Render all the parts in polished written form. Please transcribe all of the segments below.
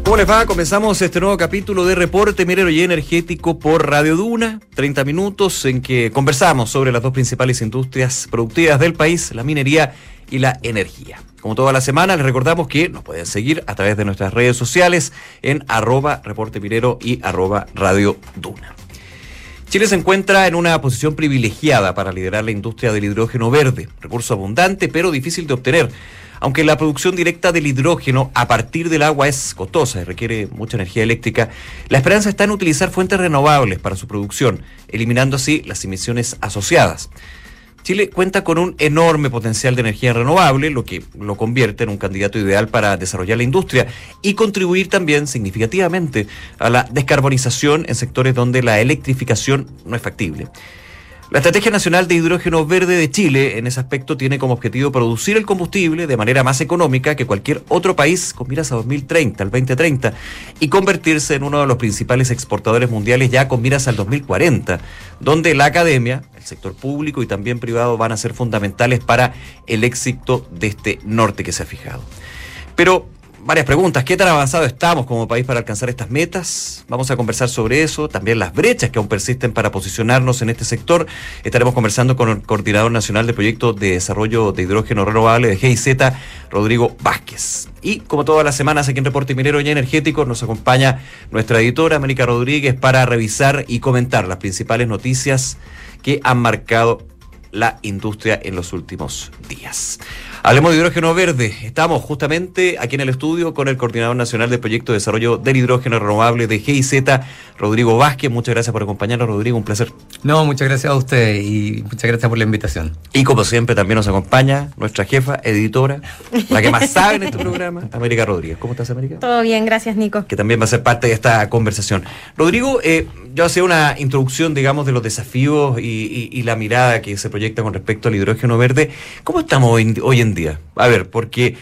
¿Cómo les va? Comenzamos este nuevo capítulo de Reporte Minero y Energético por Radio Duna. 30 minutos en que conversamos sobre las dos principales industrias productivas del país, la minería y la energía. Como toda la semana, les recordamos que nos pueden seguir a través de nuestras redes sociales en @reporteminero y @Radio Duna. Chile se encuentra en una posición privilegiada para liderar la industria del hidrógeno verde, recurso abundante pero difícil de obtener. Aunque la producción directa del hidrógeno a partir del agua es costosa y requiere mucha energía eléctrica, la esperanza está en utilizar fuentes renovables para su producción, eliminando así las emisiones asociadas. Chile cuenta con un enorme potencial de energía renovable, lo que lo convierte en un candidato ideal para desarrollar la industria y contribuir también significativamente a la descarbonización en sectores donde la electrificación no es factible. La Estrategia Nacional de Hidrógeno Verde de Chile, en ese aspecto, tiene como objetivo producir el combustible de manera más económica que cualquier otro país con miras a 2030, al 2030, y convertirse en uno de los principales exportadores mundiales ya con miras al 2040, donde la academia, el sector público y también privado van a ser fundamentales para el éxito de este norte que se ha fijado. Pero varias preguntas. ¿Qué tan avanzado estamos como país para alcanzar estas metas? Vamos a conversar sobre eso. También las brechas que aún persisten para posicionarnos en este sector. Estaremos conversando con el Coordinador Nacional de Proyectos de Desarrollo de Hidrógeno Renovable de GIZ, Rodrigo Vázquez. Y como todas las semanas aquí en Reporte Minero y Energético nos acompaña nuestra editora América Rodríguez para revisar y comentar las principales noticias que han marcado la industria en los últimos días. Hablemos de hidrógeno verde. Estamos justamente aquí en el estudio con el Coordinador Nacional del Proyecto de Desarrollo del Hidrógeno Renovable de GIZ, Rodrigo Vázquez. Muchas gracias por acompañarnos, Rodrigo, un placer. No, muchas gracias a usted y muchas gracias por la invitación. Y como siempre también nos acompaña nuestra jefa, editora, la que más sabe en este programa, América Rodríguez. ¿Cómo estás, América? Todo bien, gracias, Nico. Que también va a ser parte de esta conversación. Rodrigo, yo hacía una introducción, digamos, de los desafíos y la mirada que se proyecta con respecto al hidrógeno verde. ¿Cómo estamos hoy en día? A ver, porque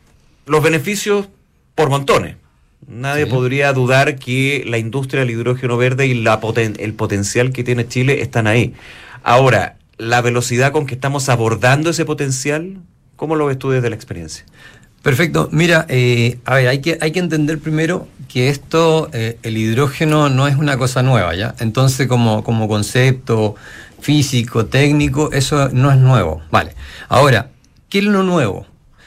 los beneficios por montones. Nadie podría dudar que la industria del hidrógeno verde y el potencial que tiene Chile están ahí. Ahora, la velocidad con que estamos abordando ese potencial, ¿cómo lo ves tú desde la experiencia? Perfecto. Mira, a ver, hay que entender primero que esto, el hidrógeno no es una cosa nueva, ¿ya? Entonces, como concepto físico, técnico, eso no es nuevo. Vale. Ahora, ¿qué es lo nuevo?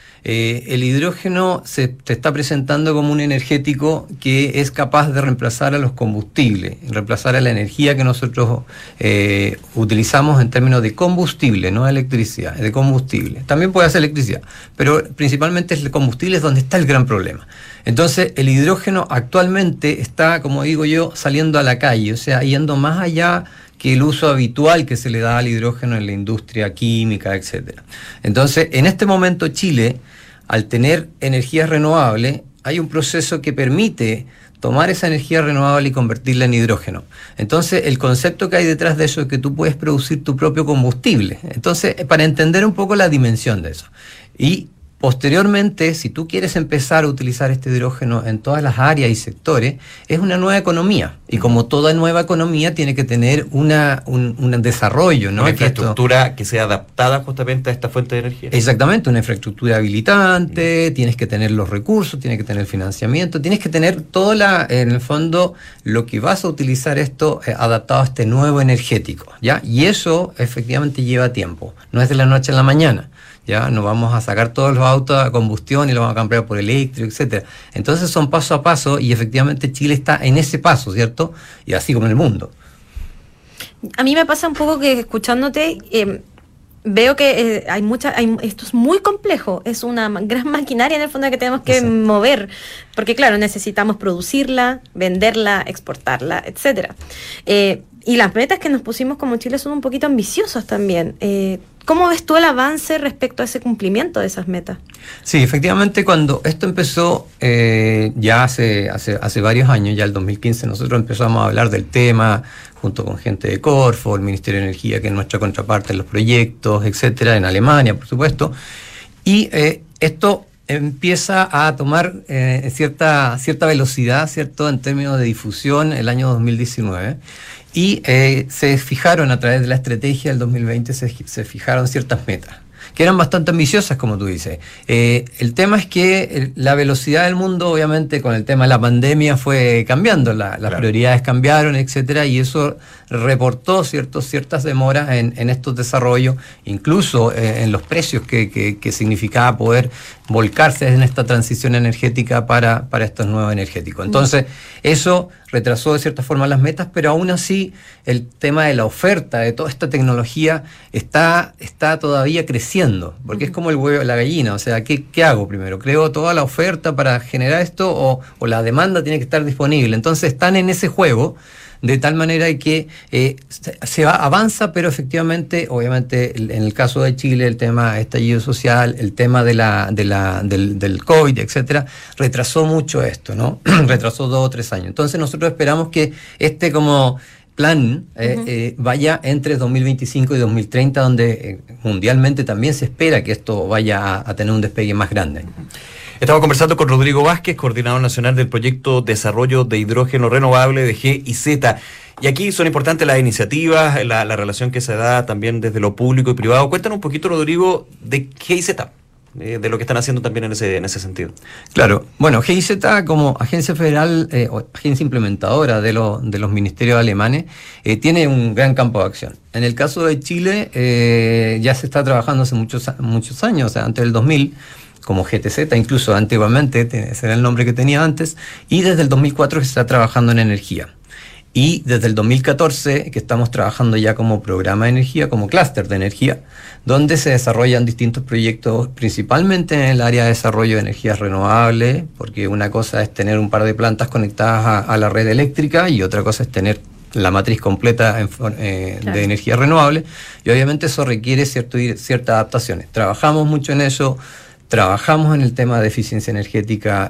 El hidrógeno se está presentando como un energético que es capaz de reemplazar a los combustibles, reemplazar a la energía que nosotros utilizamos en términos de combustible, no de electricidad, de combustible. También puede hacer electricidad, pero principalmente el combustible es donde está el gran problema. Entonces, el hidrógeno actualmente está, como digo yo, saliendo a la calle, o sea, yendo más allá que el uso habitual que se le da al hidrógeno en la industria química, etcétera. Entonces, en este momento Chile, al tener energías renovables, hay un proceso que permite tomar esa energía renovable y convertirla en hidrógeno. Entonces, el concepto que hay detrás de eso es que tú puedes producir tu propio combustible. Entonces, para entender un poco la dimensión de eso. Y posteriormente, si tú quieres empezar a utilizar este hidrógeno en todas las áreas y sectores, es una nueva economía. Y como toda nueva economía tiene que tener un desarrollo, ¿no? Una infraestructura que sea adaptada justamente a esta fuente de energía. Exactamente, una infraestructura habilitante, tienes que tener los recursos, tienes que tener financiamiento, tienes que tener todo en el fondo, lo que vas a utilizar esto adaptado a este nuevo energético, ¿ya? Y eso efectivamente lleva tiempo, no es de la noche a la mañana. Ya no vamos a sacar todos los autos a combustión y los vamos a cambiar por eléctrico, etcétera. Entonces son paso a paso y efectivamente Chile está en ese paso, ¿cierto? Y así como en el mundo. A mí me pasa un poco que escuchándote veo que esto es muy complejo, es una gran maquinaria en el fondo que tenemos que mover, porque claro, necesitamos producirla, venderla, exportarla, etcétera. Y las metas que nos pusimos como Chile son un poquito ambiciosas también. ¿Cómo ves tú el avance respecto a ese cumplimiento de esas metas? Sí, efectivamente, cuando esto empezó ya hace varios años, ya el 2015, nosotros empezamos a hablar del tema junto con gente de Corfo, el Ministerio de Energía, que es nuestra contraparte en los proyectos, etcétera, en Alemania, por supuesto. Y esto empieza a tomar cierta velocidad, ¿cierto?, en términos de difusión el año 2019. Y se fijaron a través de la estrategia del 2020, se fijaron ciertas metas, que eran bastante ambiciosas, como tú dices. El tema es que la velocidad del mundo, obviamente, con el tema de la pandemia fue cambiando, las prioridades cambiaron, etcétera, y eso reportó ciertas demoras en estos desarrollos, incluso en los precios que significaba poder volcarse en esta transición energética para estos nuevos energéticos. Entonces, eso retrasó de cierta forma las metas, pero aún así el tema de la oferta de toda esta tecnología está todavía creciendo, porque es como el huevo y la gallina. O sea, ¿qué hago primero? ¿Creo toda la oferta para generar esto o la demanda tiene que estar disponible? Entonces están en ese juego, de tal manera que avanza, pero efectivamente, obviamente, en el caso de Chile, el tema de estallido social, el tema del COVID, etcétera, retrasó mucho esto, ¿no? Retrasó 2 o 3 años. Entonces nosotros esperamos que como plan vaya entre 2025 y 2030, donde mundialmente también se espera que esto vaya a tener un despegue más grande. Estamos conversando con Rodrigo Vázquez, coordinador nacional del proyecto Desarrollo de Hidrógeno Renovable de GIZ. Y aquí son importantes las iniciativas, la relación que se da también desde lo público y privado. Cuéntanos un poquito, Rodrigo, de GIZ, de lo que están haciendo también en ese sentido. Claro, bueno, GIZ como agencia federal o agencia implementadora de los ministerios alemanes tiene un gran campo de acción. En el caso de Chile ya se está trabajando hace muchos años, o sea, antes del 2000, como GTZ, incluso antiguamente, ese era el nombre que tenía antes, y desde el 2004 que se está trabajando en energía. Y desde el 2014 que estamos trabajando ya como programa de energía, como clúster de energía, donde se desarrollan distintos proyectos, principalmente en el área de desarrollo de energías renovables, porque una cosa es tener un par de plantas conectadas a la red eléctrica y otra cosa es tener la matriz completa de energía renovable, y obviamente eso requiere ciertas adaptaciones. Trabajamos mucho en eso. Trabajamos en el tema de eficiencia energética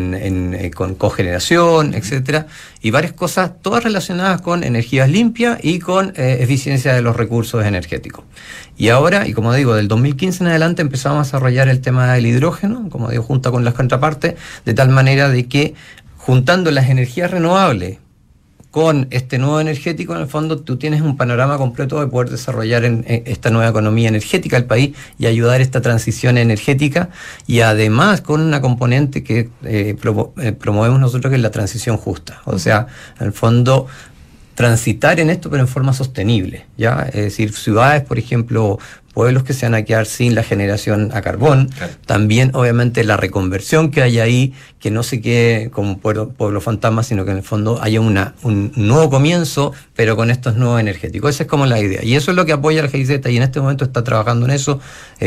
con cogeneración, etcétera, y varias cosas, todas relacionadas con energías limpias y con eficiencia de los recursos energéticos. Y ahora, y como digo, del 2015 en adelante empezamos a desarrollar el tema del hidrógeno, como digo, junto con las contrapartes, de tal manera de que juntando las energías renovables con este nuevo energético, en el fondo tú tienes un panorama completo de poder desarrollar en esta nueva economía energética del país y ayudar a esta transición energética, y además con una componente que promovemos nosotros, que es la transición justa. O sea, en el fondo, transitar en esto, pero en forma sostenible, ¿ya? Es decir, ciudades, por ejemplo, pueblos que se van a quedar sin la generación a carbón, claro. También obviamente la reconversión que hay ahí, que no se quede como un pueblo fantasma, sino que en el fondo haya un nuevo comienzo, pero con estos nuevos energéticos. Esa es como la idea, y eso es lo que apoya el GIZ, y en este momento está trabajando en eso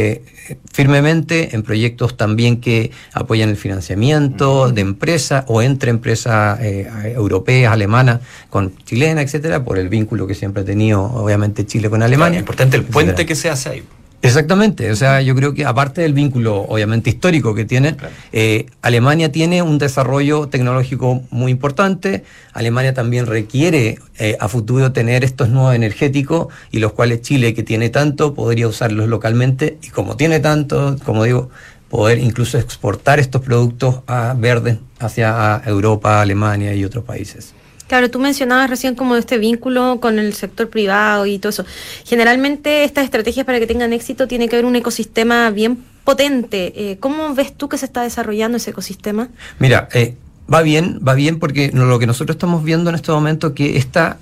firmemente, en proyectos también que apoyan el financiamiento de empresas o entre empresas europeas, alemanas, con chilenas, etcétera, por el vínculo que siempre ha tenido obviamente Chile con Alemania. Claro, importante el puente que se hace ahí. Exactamente, o sea, yo creo que aparte del vínculo obviamente histórico que tienen, claro. Alemania tiene un desarrollo tecnológico muy importante. Alemania también requiere a futuro tener estos nuevos energéticos, y los cuales Chile, que tiene tanto, podría usarlos localmente, y como tiene tanto, como digo, poder incluso exportar estos productos verdes hacia Europa, Alemania y otros países. Claro, tú mencionabas recién como este vínculo con el sector privado y todo eso. Generalmente estas estrategias, para que tengan éxito, tiene que haber un ecosistema bien potente. ¿Cómo ves tú que se está desarrollando ese ecosistema? Mira, va bien porque lo que nosotros estamos viendo en este momento, que esta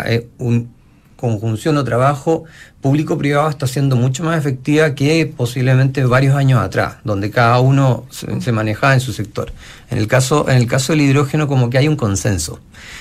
conjunción o trabajo público-privado está siendo mucho más efectiva que posiblemente varios años atrás, donde cada uno se manejaba en su sector. En el caso del hidrógeno, como que hay un consenso,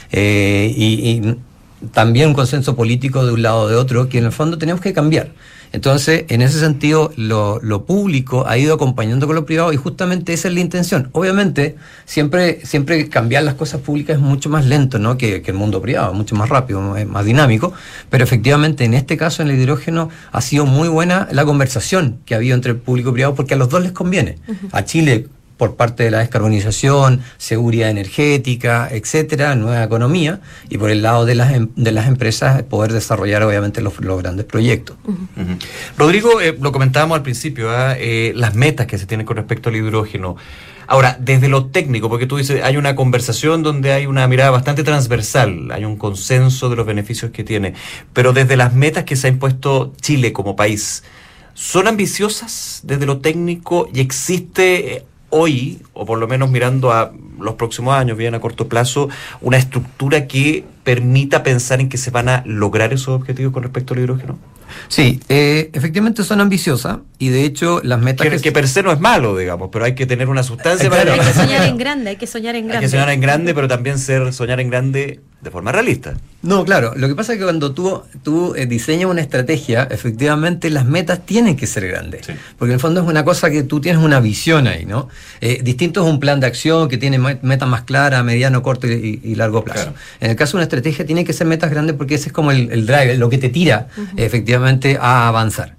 y también un consenso político de un lado o de otro, que en el fondo tenemos que cambiar. Entonces, en ese sentido, lo público ha ido acompañando con lo privado, y justamente esa es la intención. Obviamente, siempre cambiar las cosas públicas es mucho más lento, ¿no?, que el mundo privado, mucho más rápido, más dinámico, pero efectivamente en este caso, en el hidrógeno, ha sido muy buena la conversación que ha habido entre el público y privado, porque a los dos les conviene. Uh-huh. A Chile, por parte de la descarbonización, seguridad energética, etcétera, nueva economía, y por el lado de las empresas, poder desarrollar obviamente los grandes proyectos. Uh-huh. Uh-huh. Rodrigo, lo comentábamos al principio, las metas que se tienen con respecto al hidrógeno. Ahora, desde lo técnico, porque tú dices, hay una conversación donde hay una mirada bastante transversal, hay un consenso de los beneficios que tiene, pero desde las metas que se ha impuesto Chile como país, ¿son ambiciosas desde lo técnico y existe hoy, o por lo menos mirando a los próximos años, bien a corto plazo, una estructura que permita pensar en que se van a lograr esos objetivos con respecto al hidrógeno? Sí, efectivamente son ambiciosas y de hecho las metas que per se no es malo, digamos, pero hay que tener una sustancia claro, para... Hay que soñar en grande, hay que soñar en grande. Hay que soñar en grande, pero también soñar en grande de forma realista. No, claro, lo que pasa es que cuando tú diseñas una estrategia, efectivamente las metas tienen que ser grandes, sí. Porque en el fondo es una cosa que tú tienes una visión ahí, ¿no? Distinto es un plan de acción que tiene metas más claras a mediano, corto y largo plazo. Claro. En el caso de una estrategia tiene que ser metas grandes porque ese es como el drive, lo que te tira efectivamente a avanzar.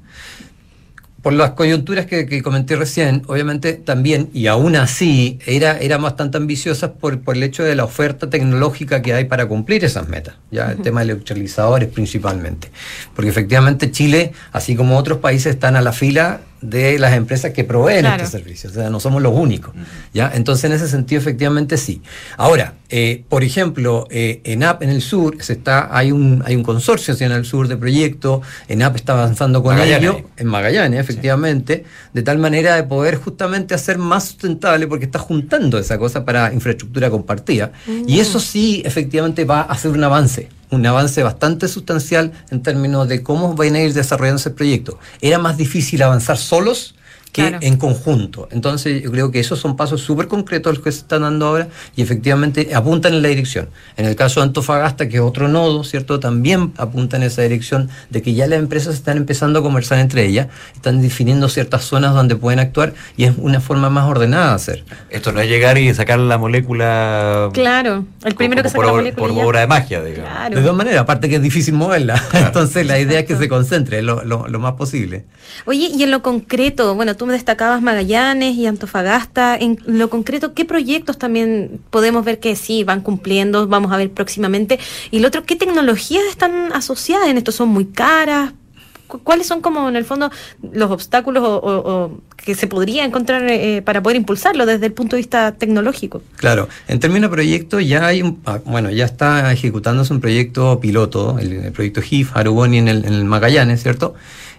Por las coyunturas que comenté recién, obviamente también, y aún así, eran bastante ambiciosas por el hecho de la oferta tecnológica que hay para cumplir esas metas, ya el tema de electrolizadores principalmente. Porque efectivamente Chile, así como otros países, están a la fila de las empresas que proveen este servicio, o sea, no somos los únicos, ¿ya? Entonces, en ese sentido, efectivamente, sí. Ahora, por ejemplo, ENAP en el sur, hay un consorcio en el sur de proyectos, ENAP está avanzando con ello, en Magallanes, efectivamente, de tal manera de poder justamente hacer más sustentable, porque está juntando esa cosa para infraestructura compartida, y eso sí, efectivamente, va a hacer un avance bastante sustancial en términos de cómo van a ir desarrollándose el proyecto. Era más difícil avanzar solos que en conjunto. Entonces yo creo que esos son pasos súper concretos los que se están dando ahora y efectivamente apuntan en la dirección. En el caso de Antofagasta, que es otro nodo, ¿cierto? También apunta en esa dirección de que ya las empresas están empezando a conversar entre ellas, están definiendo ciertas zonas donde pueden actuar y es una forma más ordenada de hacer. Esto no es llegar y sacar la molécula... Claro, el primero que saca la molécula. Por obra de magia, digamos. Claro. De todas maneras, aparte que es difícil moverla. Claro. Entonces la idea es que se concentre lo más posible. Oye, y en lo concreto, bueno, tú me destacabas Magallanes y Antofagasta, en lo concreto, ¿qué proyectos también podemos ver que sí van cumpliendo, vamos a ver próximamente? Y lo otro, ¿qué tecnologías están asociadas en esto? ¿Son muy caras? ¿Cuáles son como en el fondo los obstáculos o que se podría encontrar para poder impulsarlo desde el punto de vista tecnológico? Claro, en términos de proyecto ya hay ya está ejecutándose un proyecto piloto, el proyecto HIF, Arugoni en el Magallanes, ¿cierto?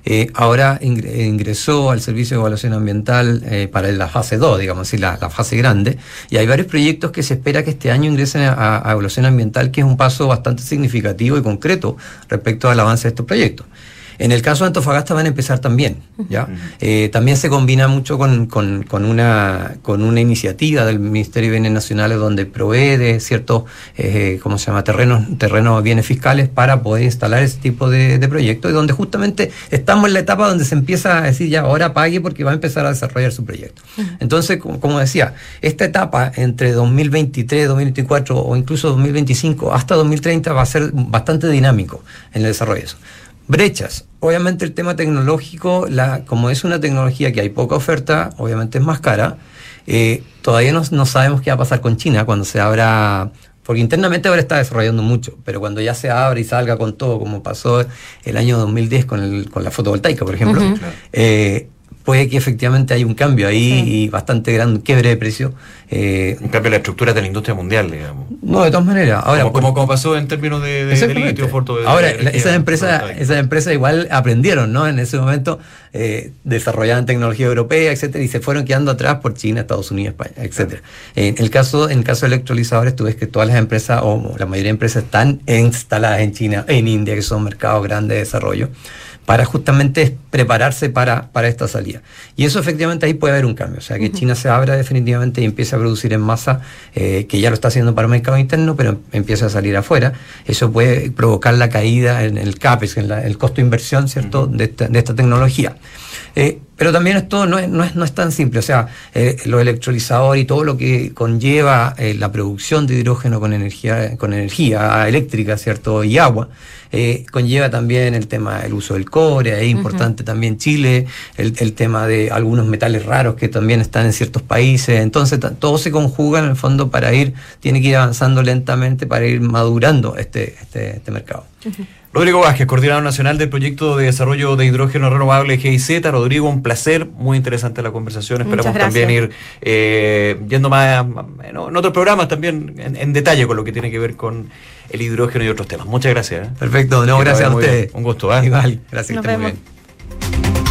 Ahora ingresó al Servicio de Evaluación Ambiental para la fase 2, digamos así, la fase grande, y hay varios proyectos que se espera que este año ingresen a Evaluación Ambiental, que es un paso bastante significativo y concreto respecto al avance de estos proyectos. En el caso de Antofagasta van a empezar también, ¿ya? También se combina mucho con una iniciativa del Ministerio de Bienes Nacionales donde provee de ciertos, terrenos, bienes fiscales para poder instalar ese tipo de proyectos, y donde justamente estamos en la etapa donde se empieza a decir ya, ahora pague porque va a empezar a desarrollar su proyecto. Entonces, como decía, esta etapa entre 2023, 2024 o incluso 2025 hasta 2030 va a ser bastante dinámico en el desarrollo de eso. Brechas. Obviamente el tema tecnológico, como es una tecnología que hay poca oferta, obviamente es más cara. Todavía no sabemos qué va a pasar con China cuando se abra, porque internamente ahora está desarrollando mucho, pero cuando ya se abra y salga con todo, como pasó el año 2010 con la fotovoltaica, por ejemplo, puede que efectivamente haya un cambio ahí y bastante gran quiebre de precio. Un cambio en la estructura de la industria mundial, digamos. No, de todas maneras. Ahora, como pasó en términos de litio, ahora, esas empresas igual aprendieron, ¿no? En ese momento desarrollaban tecnología europea, etcétera, y se fueron quedando atrás por China, Estados Unidos, España, etcétera. En el caso de electrolizadores, tú ves que todas las empresas, o la mayoría de empresas, están instaladas en China, en India, que son mercados grandes de desarrollo, para justamente prepararse para esta salida. Y eso efectivamente ahí puede haber un cambio, o sea que China se abra definitivamente y empiece a producir en masa, que ya lo está haciendo para el mercado interno, pero empieza a salir afuera. Eso puede provocar la caída en el CAPEX, en el costo de inversión, ¿cierto?, de esta tecnología. Pero también esto no es tan simple, o sea, los electrolizadores y todo lo que conlleva la producción de hidrógeno con energía eléctrica, ¿cierto?, y agua, conlleva también el tema del uso del cobre, es importante también Chile, el tema de algunos metales raros que también están en ciertos países, entonces todo se conjuga en el fondo tiene que ir avanzando lentamente para ir madurando este mercado. Rodrigo Vázquez, coordinador nacional del proyecto de desarrollo de hidrógeno renovable GIZ. Rodrigo, un placer, muy interesante la conversación. Esperamos también ir yendo más en otros programas también en detalle con lo que tiene que ver con el hidrógeno y otros temas. Muchas gracias. Perfecto, gracias a ustedes. Un gusto. Igual, gracias. Nos que estén vemos. muy bien.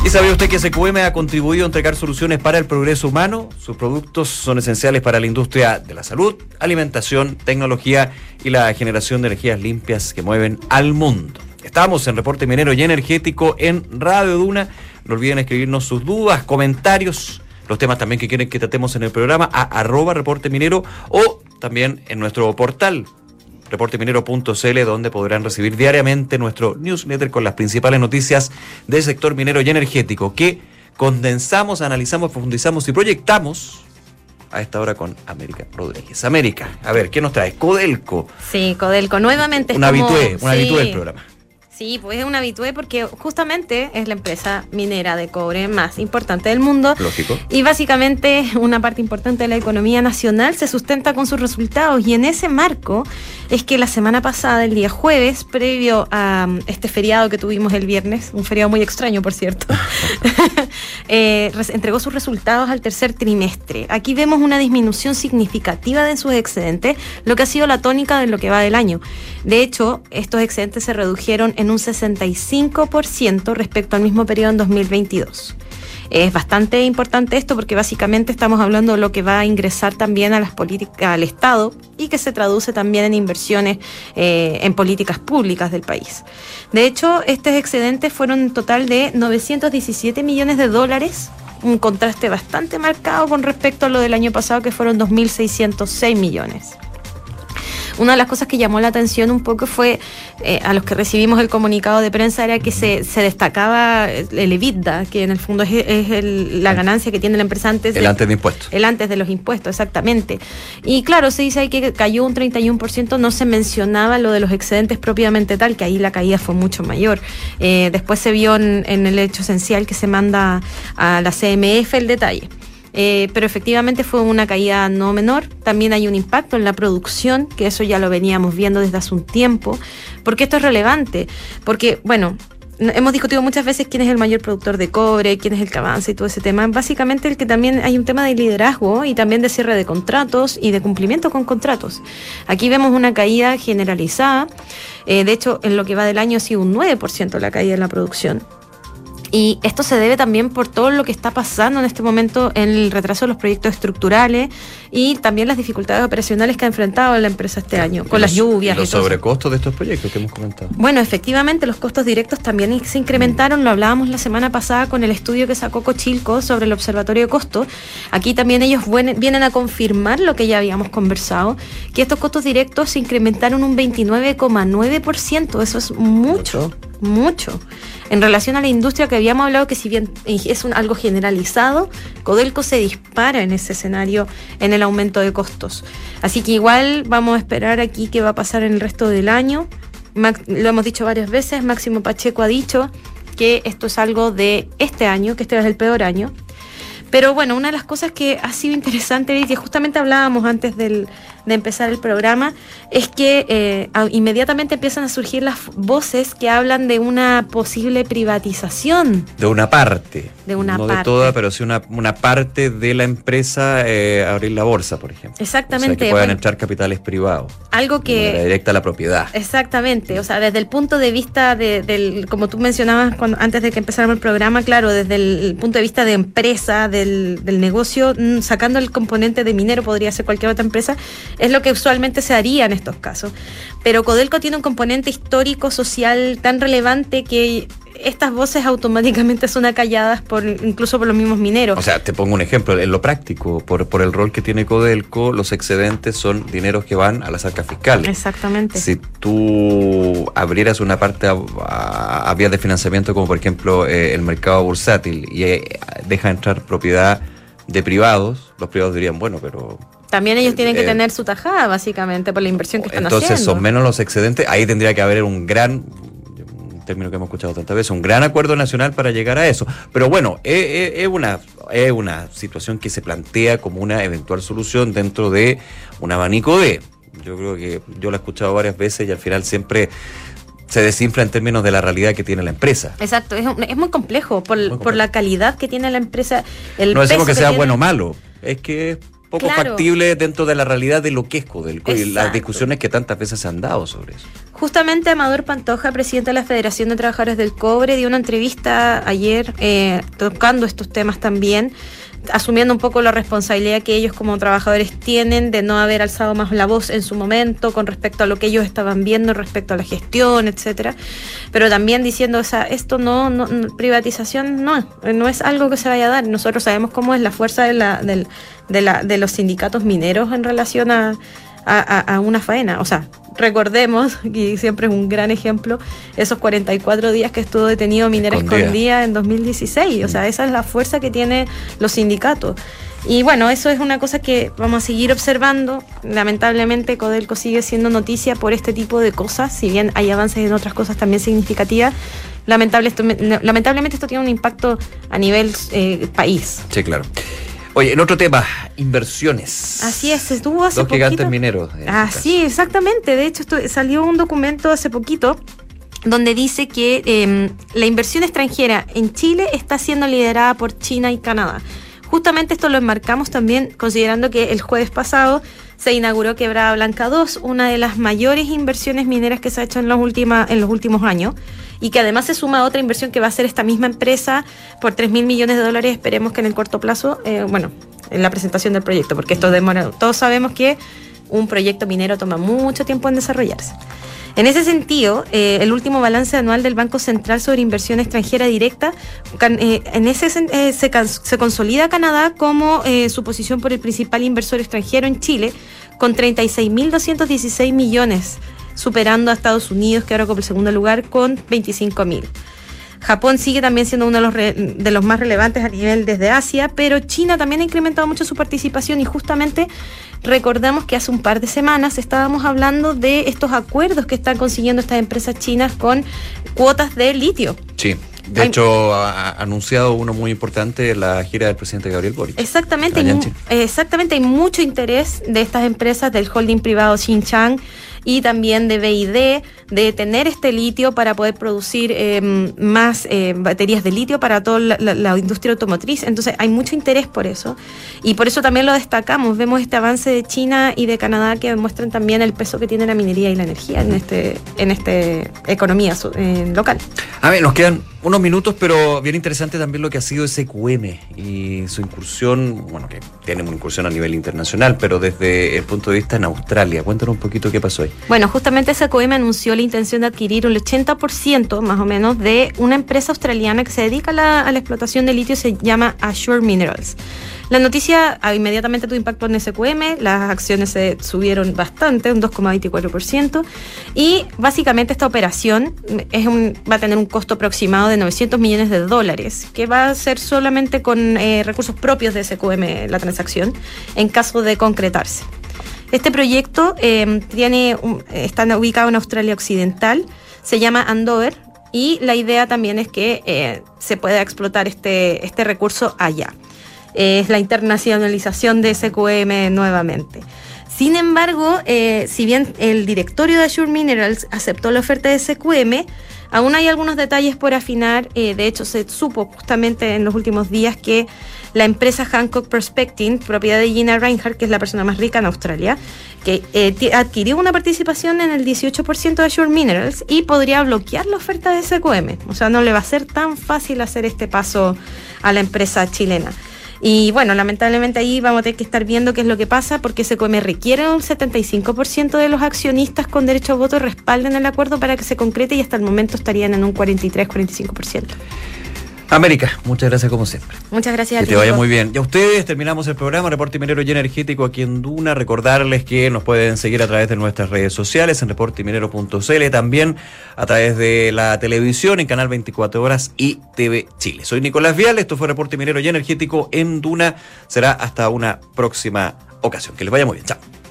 ¿Y sabía usted que SQM ha contribuido a entregar soluciones para el progreso humano? Sus productos son esenciales para la industria de la salud, alimentación, tecnología y la generación de energías limpias que mueven al mundo. Estamos en Reporte Minero y Energético en Radio Duna. No olviden escribirnos sus dudas, comentarios, los temas también que quieren que tratemos en el programa a @reporteminero o también en nuestro portal reporteminero.cl, donde podrán recibir diariamente nuestro newsletter con las principales noticias del sector minero y energético que condensamos, analizamos, profundizamos y proyectamos a esta hora con América Rodríguez. América, a ver, ¿qué nos trae? Codelco. Sí, Codelco, nuevamente. Un habitué del programa. Sí, pues es un habitué porque justamente es la empresa minera de cobre más importante del mundo. Lógico. Y básicamente una parte importante de la economía nacional se sustenta con sus resultados. Y en ese marco es que la semana pasada, el día jueves, previo a este feriado que tuvimos el viernes, un feriado muy extraño, por cierto, entregó sus resultados al tercer trimestre. Aquí vemos una disminución significativa de sus excedentes, lo que ha sido la tónica de lo que va del año. De hecho, estos excedentes se redujeron en un 65% respecto al mismo periodo en 2022. Es bastante importante esto porque básicamente estamos hablando de lo que va a ingresar también a las políticas, al Estado, y que se traduce también en inversiones en políticas públicas del país. De hecho, estos excedentes fueron un total de $917 millones, un contraste bastante marcado con respecto a lo del año pasado, que fueron 2.606 millones. Una de las cosas que llamó la atención un poco fue, a los que recibimos el comunicado de prensa, era que se destacaba el EBITDA, que en el fondo es la ganancia que tiene la empresa antes antes de impuestos. El antes de los impuestos, exactamente. Y claro, se dice ahí que cayó un 31%, no se mencionaba lo de los excedentes propiamente tal, que ahí la caída fue mucho mayor. Después se vio en el hecho esencial que se manda a la CMF el detalle. Pero efectivamente fue una caída no menor. También hay un impacto en la producción, que eso ya lo veníamos viendo desde hace un tiempo. porque esto es relevante? Porque, bueno, hemos discutido muchas veces quién es el mayor productor de cobre, quién es el que avanza y todo ese tema. Básicamente el que también hay un tema de liderazgo y también de cierre de contratos y de cumplimiento con contratos. Aquí vemos una caída generalizada. De hecho, en lo que va del año ha sido un 9% la caída en la producción. Y esto se debe también por todo lo que está pasando en este momento en el retraso de los proyectos estructurales y también las dificultades operacionales que ha enfrentado la empresa este año, con las lluvias. Y los sobrecostos de estos proyectos que hemos comentado. Bueno, efectivamente, los costos directos también se incrementaron. Lo hablábamos la semana pasada con el estudio que sacó Cochilco sobre el observatorio de costos. Aquí también ellos vienen a confirmar lo que ya habíamos conversado, que estos costos directos se incrementaron un 29,9%. Eso es mucho. En relación a la industria que habíamos hablado, que si bien es algo generalizado, Codelco se dispara en ese escenario en el aumento de costos. Así que igual vamos a esperar aquí qué va a pasar en el resto del año. Lo hemos dicho varias veces, Máximo Pacheco ha dicho que esto es algo de este año, que este es el peor año. Pero bueno, una de las cosas que ha sido interesante y que justamente hablábamos antes de empezar el programa es que inmediatamente empiezan a surgir las voces que hablan de una posible privatización. De una parte. No de toda, pero sí una parte de la empresa abrir la bolsa, por ejemplo. Exactamente. O sea, que puedan entrar capitales privados. Algo que... De manera directa a la propiedad. Exactamente. O sea, desde el punto de vista del como tú mencionabas antes de que empezáramos el programa, claro, desde el punto de vista de empresa, del negocio, sacando el componente de minero, podría ser cualquier otra empresa, es lo que usualmente se haría en estos casos. Pero Codelco tiene un componente histórico, social tan relevante que estas voces automáticamente son acalladas incluso por los mismos mineros. O sea, te pongo un ejemplo, en lo práctico, por el rol que tiene Codelco, los excedentes son dineros que van a las arcas fiscales. Exactamente. Si tú abrieras una parte a vías de financiamiento, como por ejemplo el mercado bursátil, y deja entrar propiedad de privados, los privados dirían, bueno, pero... También ellos tienen que tener su tajada, básicamente, por la inversión que están haciendo. Entonces, son menos los excedentes. Ahí tendría que haber un término que hemos escuchado tantas veces, un gran acuerdo nacional para llegar a eso. Pero bueno, es una situación que se plantea como una eventual solución dentro de un abanico de... Yo creo que yo la he escuchado varias veces y al final siempre se desinfla en términos de la realidad que tiene la empresa. Exacto, es muy complejo por la calidad que tiene la empresa. No decimos que sea bueno o malo, es que poco factible dentro de la realidad de lo que es Codelco y las discusiones que tantas veces se han dado sobre eso. Justamente Amador Pantoja, presidente de la Federación de Trabajadores del Cobre, dio una entrevista ayer tocando estos temas también, asumiendo un poco la responsabilidad que ellos como trabajadores tienen de no haber alzado más la voz en su momento con respecto a lo que ellos estaban viendo respecto a la gestión, etcétera, pero también diciendo, o sea, esto privatización no es algo que se vaya a dar. Nosotros sabemos cómo es la fuerza de los sindicatos mineros en relación a una faena. O sea, recordemos, y siempre es un gran ejemplo, esos 44 días que estuvo detenido Minera Escondida en 2016. O sea, esa es la fuerza que tienen los sindicatos. Y bueno, eso es una cosa que vamos a seguir observando. Lamentablemente Codelco sigue siendo noticia por este tipo de cosas, si bien hay avances en otras cosas también significativas. Lamentablemente esto tiene un impacto a nivel país. Sí, claro. Oye, en otro tema, inversiones. Así es, estuvo hace poquito. 2 gigantes mineros. Sí, exactamente. De hecho, salió un documento hace poquito donde dice que la inversión extranjera en Chile está siendo liderada por China y Canadá. Justamente esto lo enmarcamos también considerando que el jueves pasado se inauguró Quebrada Blanca 2, una de las mayores inversiones mineras que se ha hecho en los últimos años, y que además se suma a otra inversión que va a hacer esta misma empresa por $3.000 millones, esperemos que en el corto plazo, en la presentación del proyecto, porque esto demora. Todos sabemos que un proyecto minero toma mucho tiempo en desarrollarse. En ese sentido, el último balance anual del Banco Central sobre inversión extranjera directa, se consolida Canadá como su posición por el principal inversor extranjero en Chile, con 36.216 millones, superando a Estados Unidos, que ahora ocupa el segundo lugar, con 25.000. Japón sigue también siendo uno de los más relevantes a nivel desde Asia, pero China también ha incrementado mucho su participación y justamente recordamos que hace un par de semanas estábamos hablando de estos acuerdos que están consiguiendo estas empresas chinas con cuotas de litio. Sí. De hecho, ha anunciado uno muy importante, la gira del presidente Gabriel Boric. Exactamente, hay mucho interés de estas empresas del holding privado Xinjiang y también de BYD de tener este litio para poder producir más baterías de litio para toda la industria automotriz. Entonces hay mucho interés por eso y por eso también lo destacamos. Vemos este avance de China y de Canadá que demuestran también el peso que tiene la minería y la energía en esta economía local. A ver, nos quedan unos minutos, pero bien interesante también lo que ha sido SQM y su incursión, bueno, que tiene una incursión a nivel internacional, pero desde el punto de vista en Australia. Cuéntanos un poquito qué pasó ahí. Bueno, justamente SQM anunció la intención de adquirir un 80% más o menos de una empresa australiana que se dedica a la explotación de litio, se llama Assure Minerals. La noticia inmediatamente tuvo impacto en SQM, las acciones se subieron bastante, un 2,24%, y básicamente esta operación va a tener un costo aproximado de $900 millones, que va a ser solamente con recursos propios de SQM la transacción, en caso de concretarse. Este proyecto está ubicado en Australia Occidental, se llama Andover, y la idea también es que se pueda explotar este recurso allá. Es la internacionalización de SQM nuevamente. Sin embargo, si bien el directorio de Assure Minerals aceptó la oferta de SQM, aún hay algunos detalles por afinar. De hecho, se supo justamente en los últimos días que la empresa Hancock Prospecting, propiedad de Gina Rinehart, que es la persona más rica en Australia, que adquirió una participación en el 18% de Assure Minerals y podría bloquear la oferta de SQM. O sea, no le va a ser tan fácil hacer este paso a la empresa chilena. Y bueno, lamentablemente ahí vamos a tener que estar viendo qué es lo que pasa, porque SQM requiere un 75% de los accionistas con derecho a voto respalden el acuerdo para que se concrete, y hasta el momento estarían en un 43-45%. América, muchas gracias como siempre. Muchas gracias a ti. Que te vaya muy bien. Y a ustedes terminamos el programa Reporte Minero y Energético aquí en Duna. Recordarles que nos pueden seguir a través de nuestras redes sociales en reporteminero.cl, también a través de la televisión en Canal 24 Horas y TV Chile. Soy Nicolás Vial, esto fue Reporte Minero y Energético en Duna. Será hasta una próxima ocasión. Que les vaya muy bien. Chao.